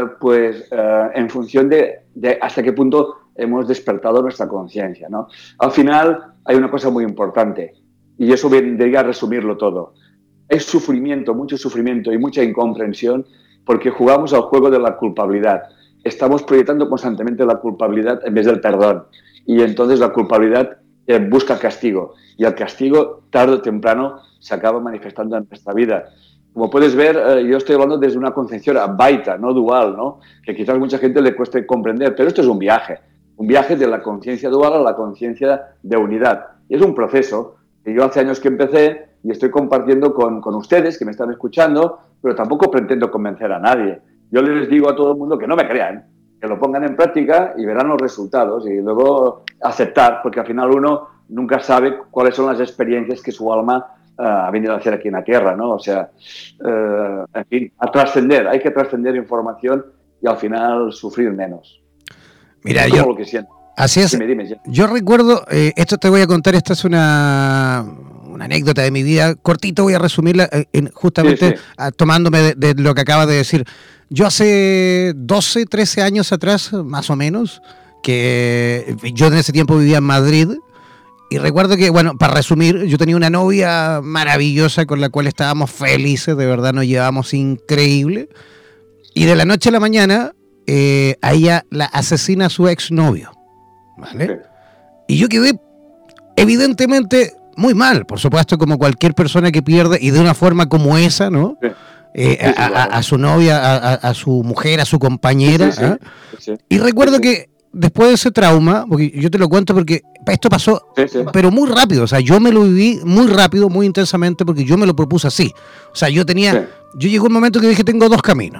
en función de hasta qué punto hemos despertado nuestra conciencia, ¿no? Al final hay una cosa muy importante y eso vendría a resumirlo todo. Hay sufrimiento, mucho sufrimiento y mucha incomprensión porque jugamos al juego de la culpabilidad. Estamos proyectando constantemente la culpabilidad en vez del perdón. Y entonces la culpabilidad busca castigo. Y el castigo, tarde o temprano, se acaba manifestando en nuestra vida. Como puedes ver, yo estoy hablando desde una concepción advaita, no dual, ¿no? Que quizás a mucha gente le cueste comprender, pero esto es un viaje de la conciencia dual a la conciencia de unidad. Y es un proceso que yo hace años que empecé y estoy compartiendo con ustedes que me están escuchando, pero tampoco pretendo convencer a nadie. Yo les digo a todo el mundo que no me crean, que lo pongan en práctica y verán los resultados y luego aceptar, porque al final uno nunca sabe cuáles son las experiencias que su alma ha venido a hacer aquí en la Tierra, ¿no? O sea, en fin, a trascender, hay que trascender información y al final sufrir menos. Mira, es como lo que siento. Así es. Dime. Yo recuerdo, esto te voy a contar, esta es una anécdota de mi vida, cortito, voy a resumirla justamente tomándome de lo que acabas de decir. Yo hace 12, 13 años atrás, más o menos, que yo en ese tiempo vivía en Madrid, y recuerdo que, bueno, para resumir, yo tenía una novia maravillosa con la cual estábamos felices, de verdad nos llevábamos increíble, y de la noche a la mañana a ella la asesina su exnovio, ¿vale? Sí. Y yo quedé evidentemente muy mal, por supuesto, como cualquier persona que pierde, y de una forma como esa, ¿no? Sí. A su novia, a su mujer, a su compañera. Sí. Y recuerdo que después de ese trauma, porque yo te lo cuento porque esto pasó, pero muy rápido, o sea, yo me lo viví muy rápido, muy intensamente, porque yo me lo propuse así. O sea, yo llegó un momento que dije, tengo dos caminos.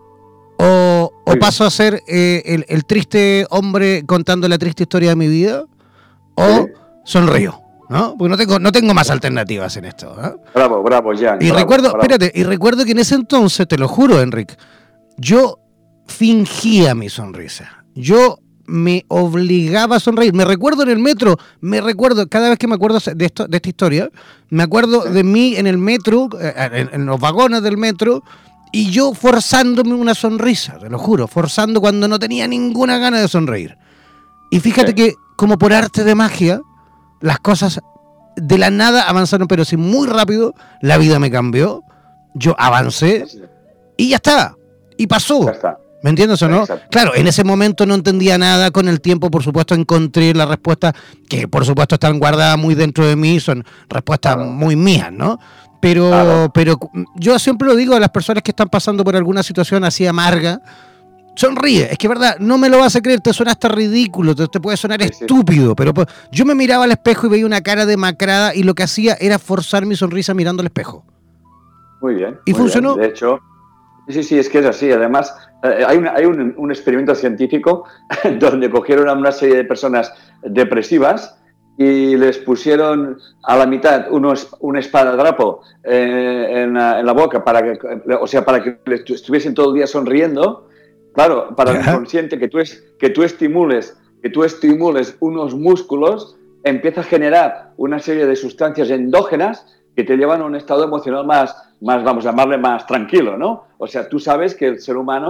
O paso a ser el triste hombre contando la triste historia de mi vida, o sonrío, ¿no? Porque no tengo más alternativas en esto, ¿no? Bravo, Jan. Y recuerdo que en ese entonces, te lo juro, Enric, yo fingía mi sonrisa. Yo me obligaba a sonreír. Me recuerdo en el metro, cada vez que me acuerdo de esta historia, me acuerdo de mí en el metro, en los vagones del metro, y yo forzándome una sonrisa, te lo juro, forzando cuando no tenía ninguna gana de sonreír. Y fíjate que, como por arte de magia, las cosas de la nada avanzaron, pero sí muy rápido, la vida me cambió, yo avancé, y ya está, y pasó. Ya está. ¿Me entiendes o no? Exacto. Claro, en ese momento no entendía nada, con el tiempo, por supuesto, encontré la respuesta, que por supuesto están guardadas muy dentro de mí, son respuestas muy mías, ¿no? Pero yo siempre lo digo a las personas que están pasando por alguna situación así amarga, sonríe, es que verdad, no me lo vas a creer, te suena hasta ridículo, te puede sonar estúpido, pero yo me miraba al espejo y veía una cara demacrada y lo que hacía era forzar mi sonrisa mirando al espejo. Muy bien. Y funcionó. Bien. De hecho, sí, es que es así. Además, hay un experimento científico donde cogieron a una serie de personas depresivas y les pusieron a la mitad un esparadrapo en la boca para que estuviesen todo el día sonriendo. Claro, para el inconsciente que tú estimules unos músculos, empieza a generar una serie de sustancias endógenas que te llevan a un estado emocional más, vamos a llamarle más tranquilo, ¿no? O sea, tú sabes que el ser humano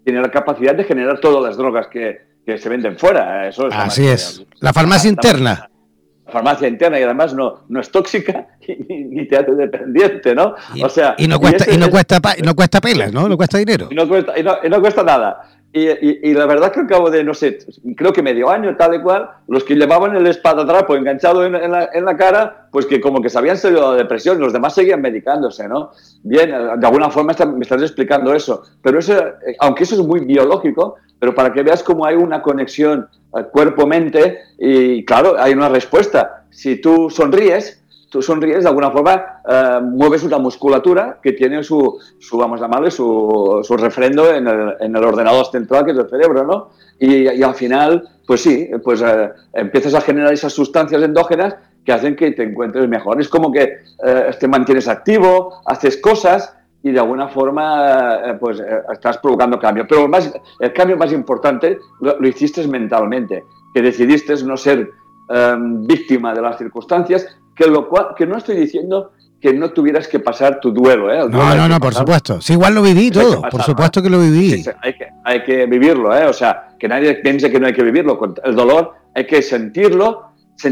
tiene la capacidad de generar todas las drogas que se venden fuera. Eso es así es. La farmacia interna. La farmacia interna, y además no es tóxica ni te hace dependiente, ¿no? Y no cuesta pelas, ¿no? No cuesta dinero. Y no cuesta nada. Y la verdad que al cabo de, no sé, creo que medio año, tal y cual, los que llevaban el espadadrapo enganchado en la cara, pues que como que se habían salido de la depresión, los demás seguían medicándose, ¿no? Bien, de alguna forma me estás explicando eso. Pero eso, aunque eso es muy biológico, pero para que veas cómo hay una conexión cuerpo-mente, y claro, hay una respuesta. Si tú sonríes de alguna forma, mueves una musculatura que tiene su vamos a llamarle, su refrendo en el ordenador central, que es el cerebro, ¿no? Y al final, pues sí, empiezas a generar esas sustancias endógenas que hacen que te encuentres mejor. Es como que te mantienes activo, haces cosas y de alguna forma estás provocando cambio. Pero el cambio más importante lo hiciste mentalmente, que decidiste no ser víctima de las circunstancias, que no estoy diciendo que no tuvieras que pasar tu duelo, ¿eh? No, por supuesto. Sí, igual lo viví todo, por supuesto que lo viví. Sí, hay que vivirlo, ¿eh? O sea, que nadie piense que no hay que vivirlo. El dolor hay que sentirlo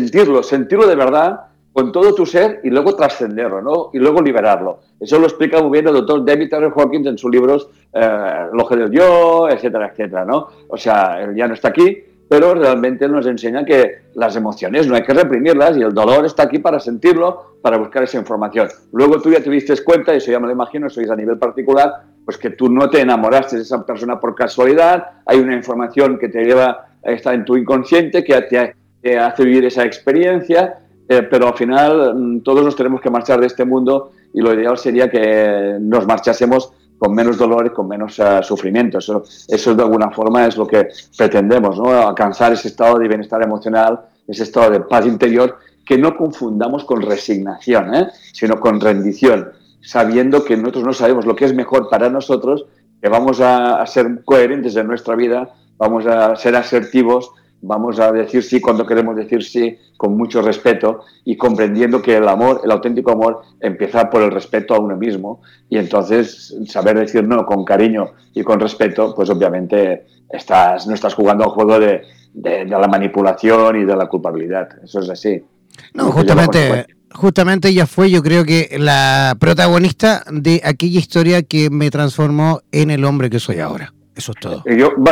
de verdad, con todo tu ser, y luego trascenderlo, ¿no? Y luego liberarlo. Eso lo explica muy bien el doctor David R. Hawkins en sus libros El ojo del yo, etcétera, etcétera, ¿no? O sea, él ya no está aquí, pero realmente nos enseña que las emociones no hay que reprimirlas y el dolor está aquí para sentirlo, para buscar esa información. Luego tú ya te diste cuenta, y eso ya me lo imagino, sois a nivel particular, pues que tú no te enamoraste de esa persona por casualidad, hay una información que te lleva a estar en tu inconsciente, que te hace vivir esa experiencia, pero al final todos nos tenemos que marchar de este mundo y lo ideal sería que nos marchásemos con menos dolor y con menos sufrimiento. Eso de alguna forma es lo que pretendemos, ¿no? Alcanzar ese estado de bienestar emocional, ese estado de paz interior, que no confundamos con resignación, sino con rendición, sabiendo que nosotros no sabemos lo que es mejor para nosotros, que vamos a ser coherentes en nuestra vida, vamos a ser asertivos, vamos a decir sí cuando queremos decir sí, con mucho respeto y comprendiendo que el amor, el auténtico amor, empieza por el respeto a uno mismo, y entonces saber decir no con cariño y con respeto, pues obviamente no estás jugando al juego de la manipulación y de la culpabilidad. Eso es así. No, justamente ella fue, yo creo que la protagonista de aquella historia que me transformó en el hombre que soy ahora. Eso es todo.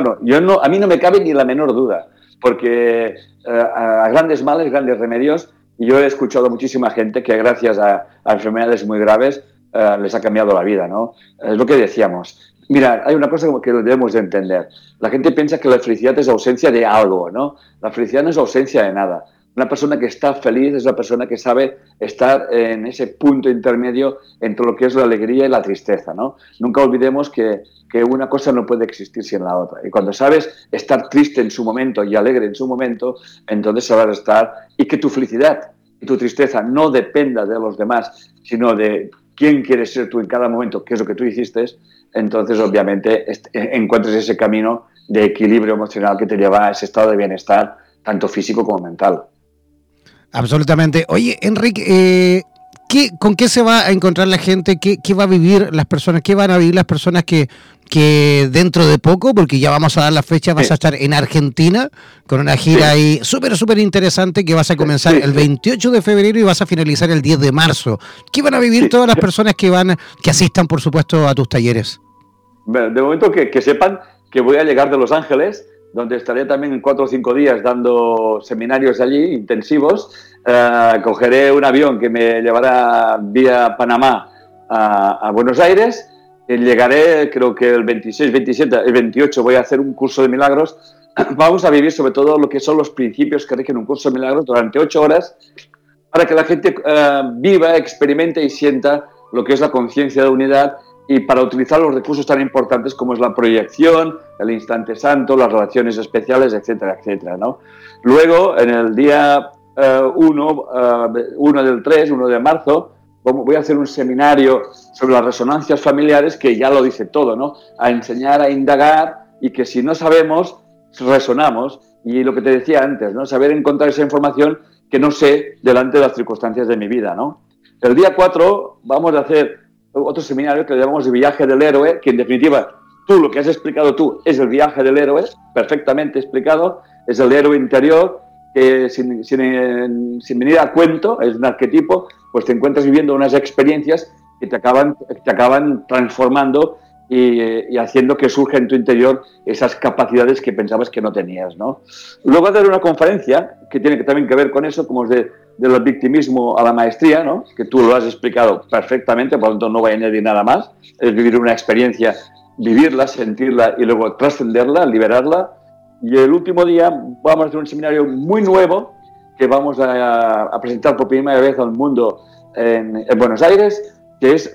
A mí no me cabe ni la menor duda, porque a grandes males, grandes remedios, y yo he escuchado a muchísima gente que gracias a enfermedades muy graves les ha cambiado la vida, ¿no? Es lo que decíamos. Mira, hay una cosa que debemos de entender. La gente piensa que la felicidad es ausencia de algo, ¿no? La felicidad no es ausencia de nada. Una persona que está feliz es una persona que sabe estar en ese punto intermedio entre lo que es la alegría y la tristeza, ¿no? Nunca olvidemos que una cosa no puede existir sin la otra. Y cuando sabes estar triste en su momento y alegre en su momento, entonces sabrás estar, y que tu felicidad y tu tristeza no dependa de los demás, sino de quién quieres ser tú en cada momento, qué es lo que tú hiciste, entonces obviamente encuentres ese camino de equilibrio emocional que te lleva a ese estado de bienestar, tanto físico como mental. Absolutamente. Oye, Enrique, ¿con qué se va a encontrar la gente? ¿Qué va a vivir las personas? ¿Qué van a vivir las personas que dentro de poco, porque ya vamos a dar la fecha, vas a estar en Argentina con una gira ahí súper interesante que vas a comenzar el 28 de febrero y vas a finalizar el 10 de marzo? ¿Qué van a vivir todas las personas que asistan, por supuesto, a tus talleres? De momento que sepan que voy a llegar de Los Ángeles, donde estaré también en 4 o 5 días dando seminarios allí, intensivos. Cogeré un avión que me llevará vía Panamá a Buenos Aires. Llegaré, creo que el 26, 27, el 28 voy a hacer un curso de milagros. Vamos a vivir sobre todo lo que son los principios que rigen un curso de milagros durante 8 horas, para que la gente viva, experimente y sienta lo que es la conciencia de unidad, y para utilizar los recursos tan importantes como es la proyección, el instante santo, las relaciones especiales, etcétera, etcétera, ¿no? Luego, en el día 1 del 3, 1 de marzo, voy a hacer un seminario sobre las resonancias familiares, que ya lo dice todo, ¿no? A enseñar, a indagar, y que si no sabemos, resonamos. Y lo que te decía antes, ¿no? Saber encontrar esa información que no sé delante de las circunstancias de mi vida, ¿no? El día 4 vamos a hacer otro seminario que le llamamos Viaje del Héroe, que en definitiva tú, lo que has explicado tú, es el viaje del héroe, perfectamente explicado, es el héroe interior que sin venir a cuento, es un arquetipo, pues te encuentras viviendo unas experiencias que te acaban transformando y haciendo que surja en tu interior esas capacidades que pensabas que no tenías, ¿no? Luego hacer una conferencia que tiene también que ver con eso, como es del victimismo a la maestría, ¿no? Que tú lo has explicado perfectamente, por lo tanto no voy a añadir nada más, es vivir una experiencia, vivirla, sentirla y luego trascenderla, liberarla. Y el último día vamos a hacer un seminario muy nuevo que vamos a presentar por primera vez al mundo en Buenos Aires, que es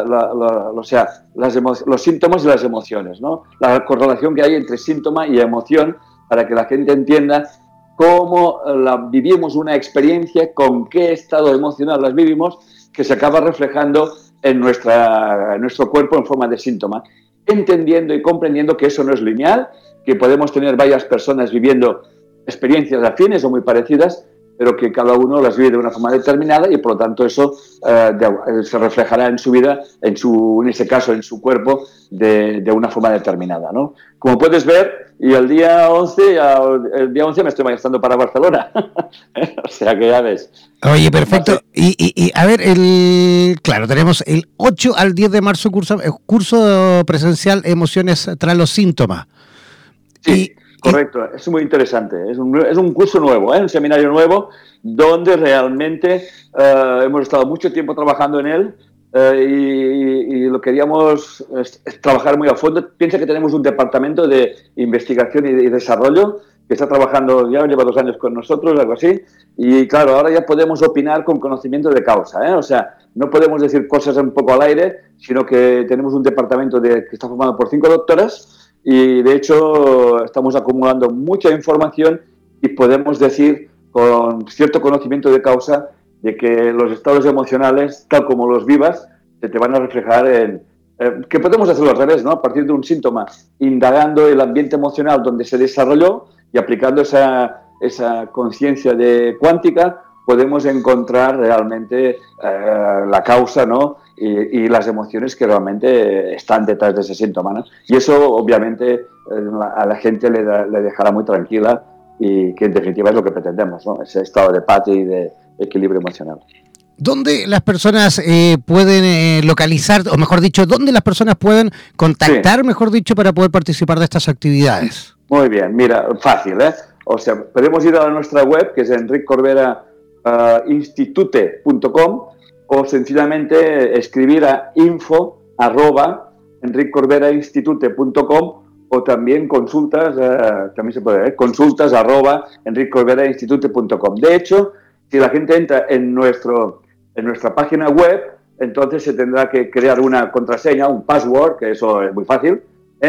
los síntomas y las emociones, ¿no? La correlación que hay entre síntoma y emoción para que la gente entienda cómo vivimos una experiencia, con qué estado emocional las vivimos, que se acaba reflejando en nuestro cuerpo en forma de síntoma, entendiendo y comprendiendo que eso no es lineal, que podemos tener varias personas viviendo experiencias afines o muy parecidas, pero que cada uno las vive de una forma determinada y por lo tanto eso se reflejará en su vida, en ese caso en su cuerpo, de una forma determinada, ¿no? Como puedes ver, y el día 11 me estoy gastando para Barcelona, o sea que ya ves. Oye, perfecto. Y a ver, claro, tenemos el 8 al 10 de marzo curso presencial Emociones tras los síntomas. Sí. Correcto, es muy interesante. Es un curso nuevo, un seminario nuevo, donde realmente hemos estado mucho tiempo trabajando en él y lo queríamos trabajar muy a fondo. Piensa que tenemos un departamento de investigación y desarrollo que está trabajando, ya lleva 2 años con nosotros, algo así, y claro, ahora ya podemos opinar con conocimiento de causa, o sea, no podemos decir cosas un poco al aire, sino que tenemos un departamento que está formado por 5 doctoras. Y de hecho estamos acumulando mucha información y podemos decir con cierto conocimiento de causa de que los estados emocionales, tal como los vivas, se te van a reflejar que podemos hacerlo al revés, ¿no? A partir de un síntoma, indagando el ambiente emocional donde se desarrolló y aplicando esa conciencia cuántica, podemos encontrar realmente la causa, ¿no? Y las emociones que realmente están detrás de ese síntoma, ¿no? Y eso obviamente a la gente le dejará muy tranquila y que en definitiva es lo que pretendemos, ¿no? Ese estado de paz y de equilibrio emocional. ¿Dónde las personas pueden localizar, o mejor dicho, dónde las personas pueden contactar, mejor dicho, para poder participar de estas actividades? Muy bien, mira, fácil, ¿eh? O sea, podemos ir a nuestra web, que es enriccorberainstitute.com, o sencillamente escribir a info@enriccorberainstitute.com, o también consultas, también se puede, consultas@enriccorberainstitute.com. De hecho, si la gente entra en nuestra página web, entonces se tendrá que crear una contraseña, un password, que eso es muy fácil,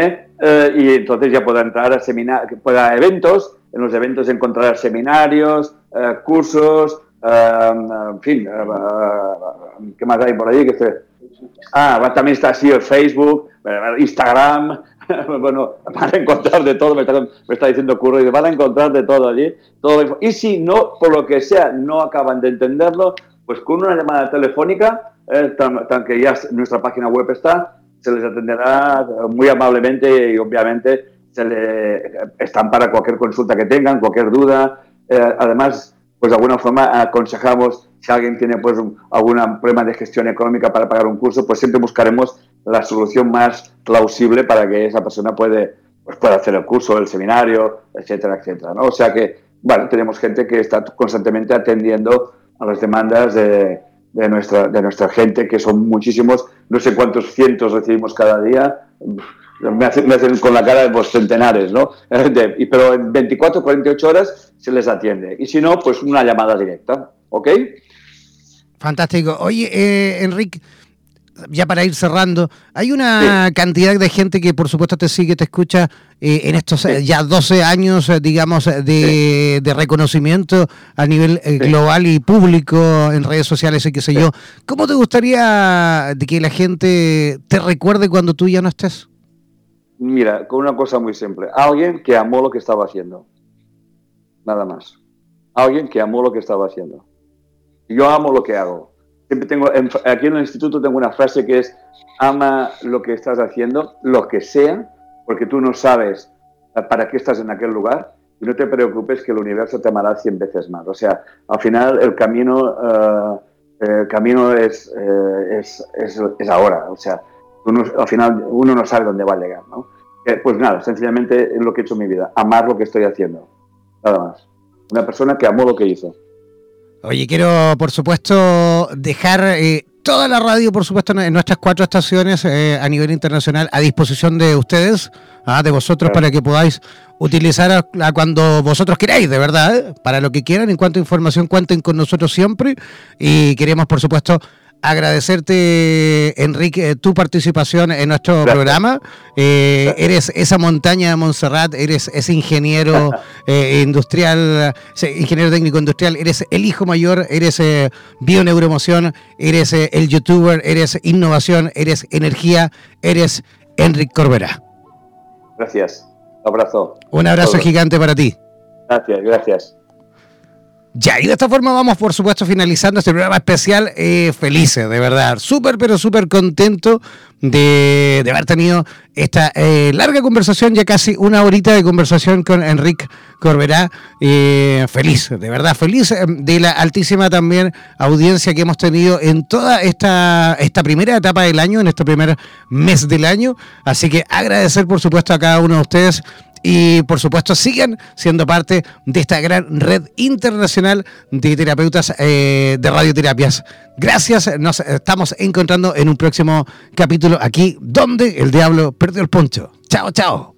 y entonces ya podrá entrar a eventos. En los eventos encontrará seminarios, cursos, en fin, ¿qué más hay por allí? También está así el Facebook, Instagram. Bueno, van a encontrar de todo, me está diciendo Curro, y van a encontrar de todo allí. Y si no, por lo que sea, no acaban de entenderlo, pues con una llamada telefónica, tan que ya nuestra página web está, se les atenderá muy amablemente y obviamente están para cualquier consulta que tengan, cualquier duda. Además, pues de alguna forma aconsejamos, si alguien tiene pues algún problema de gestión económica para pagar un curso, pues siempre buscaremos la solución más plausible para que esa persona pueda hacer el curso, el seminario, etcétera, etcétera, ¿no? O sea que, bueno, tenemos gente que está constantemente atendiendo a las demandas de nuestra gente, que son muchísimos, no sé cuántos cientos recibimos cada día. Me hacen con la cara de pues, centenares, ¿no? Pero en 24, 48 horas se les atiende. Y si no, pues una llamada directa, ¿ok? Fantástico. Oye, Enric, ya para ir cerrando, hay una cantidad de gente que por supuesto te sigue, te escucha en estos ya 12 años, digamos, de reconocimiento a nivel global y público en redes sociales y qué sé yo. ¿Cómo te gustaría que la gente te recuerde cuando tú ya no estés? Mira, con una cosa muy simple. Alguien que amó lo que estaba haciendo. Nada más. Alguien que amó lo que estaba haciendo. Yo amo lo que hago. Siempre aquí en el instituto tengo una frase que es: ama lo que estás haciendo, lo que sea, porque tú no sabes para qué estás en aquel lugar, y no te preocupes que el universo te amará 100 veces más. O sea, al final el camino es ahora. O sea, al final uno no sabe dónde va a llegar, ¿no? Pues nada, sencillamente es lo que he hecho en mi vida, amar lo que estoy haciendo, nada más. Una persona que amó lo que hizo. Oye, quiero, por supuesto, dejar toda la radio, por supuesto, en nuestras 4 estaciones a nivel internacional a disposición de ustedes, de vosotros, para que podáis utilizar a cuando vosotros queráis, de verdad, para lo que quieran. En cuanto a información, cuenten con nosotros siempre. Y queremos, por supuesto, agradecerte, Enrique, tu participación en nuestro programa. Eres esa montaña de Montserrat, eres ese ingeniero industrial, ingeniero técnico industrial, eres el hijo mayor, eres bioneuroemoción, eres el youtuber, eres innovación, eres energía, eres Enrique Corberá. Gracias. Un abrazo. Un abrazo gigante para ti. Gracias. Ya, y de esta forma vamos, por supuesto, finalizando este programa especial. Felices, de verdad, pero súper contento de haber tenido esta larga conversación, ya casi una horita de conversación con Enrique Corberá. Feliz, de verdad, feliz de la altísima también audiencia que hemos tenido en toda esta primera etapa del año, en este primer mes del año. Así que agradecer, por supuesto, a cada uno de ustedes. Y por supuesto sigan siendo parte de esta gran red internacional de terapeutas de radioterapias. Gracias, nos estamos encontrando en un próximo capítulo aquí donde el diablo perdió el poncho. Chao, chao.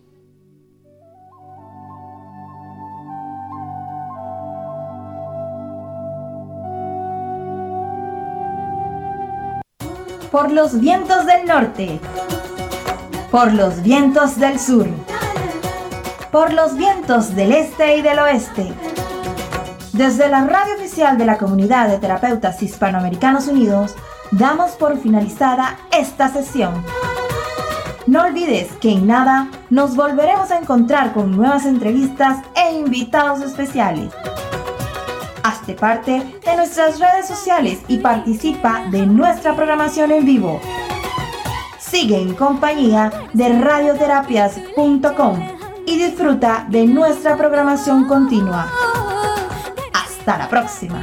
Por los vientos del norte, por los vientos del sur, por los vientos del este y del oeste. Desde la radio oficial de la Comunidad de Terapeutas Hispanoamericanos Unidos, damos por finalizada esta sesión. No olvides que en nada nos volveremos a encontrar con nuevas entrevistas e invitados especiales. Hazte parte de nuestras redes sociales y participa de nuestra programación en vivo. Sigue en compañía de radioterapias.com y disfruta de nuestra programación continua. Hasta la próxima.